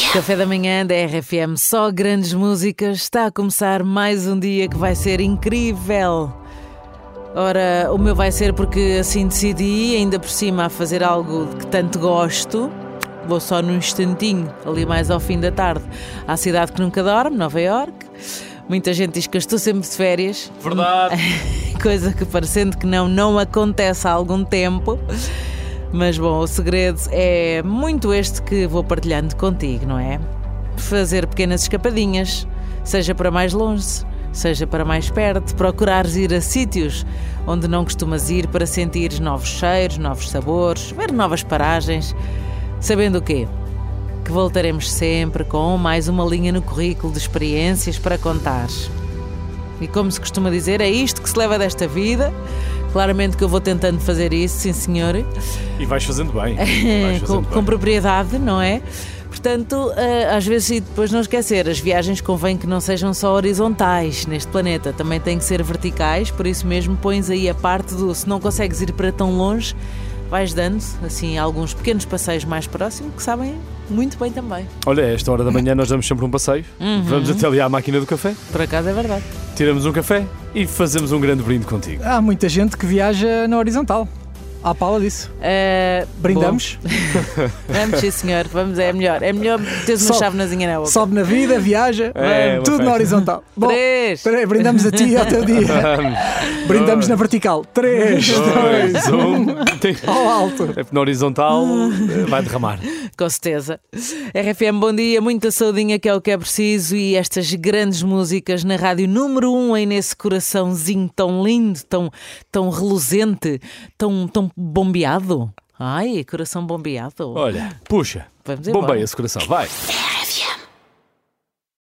Café da manhã da RFM, só grandes músicas. Está a começar mais um dia que vai ser incrível. Ora, o meu vai ser porque assim decidi, ainda por cima a fazer algo de que tanto gosto. Vou só num instantinho, ali mais ao fim da tarde, à cidade que nunca dorme, Nova Iorque. Muita gente diz que eu estou sempre de férias. Verdade. Coisa que, parecendo que não acontece há algum tempo. Mas bom, o segredo é muito este que vou partilhando contigo, não é? Fazer pequenas escapadinhas, seja para mais longe, seja para mais perto, procurares ir a sítios onde não costumas ir para sentir novos cheiros, novos sabores, ver novas paragens, sabendo o quê? Que voltaremos sempre com mais uma linha no currículo de experiências para contar. E como se costuma dizer, é isto que se leva desta vida. Claramente que eu vou tentando fazer isso, sim senhor. E vais fazendo bem. Com propriedade, não é? Portanto, às vezes, e depois não esquecer, as viagens convém que não sejam só horizontais neste planeta, também têm que ser verticais, por isso mesmo pões aí a parte do, se não consegues ir para tão longe, vais dando assim alguns pequenos passeios mais próximos que sabem muito bem também. Olha, a esta hora da manhã nós damos sempre um passeio. Vamos até ali à máquina do café. Por acaso é verdade. Tiramos um café e fazemos um grande brinde contigo. Há muita gente que viaja na horizontal. À pala disso. Brindamos. Vamos, sim senhor, vamos, é melhor teres uma chávenazinha na boca. Sobe na vida, viaja, tudo na horizontal. Bom, brindamos a ti e ao teu dia. Brindamos na vertical. 3, 2, 1. Ao alto. É na horizontal vai derramar. Com certeza. RFM, bom dia, muita saudinha que é o que é preciso e estas grandes músicas na rádio número 1 aí nesse coraçãozinho tão lindo, tão reluzente, tão bombeado. Ai, coração bombeado. Olha, puxa, bombeia esse coração, vai. RFM.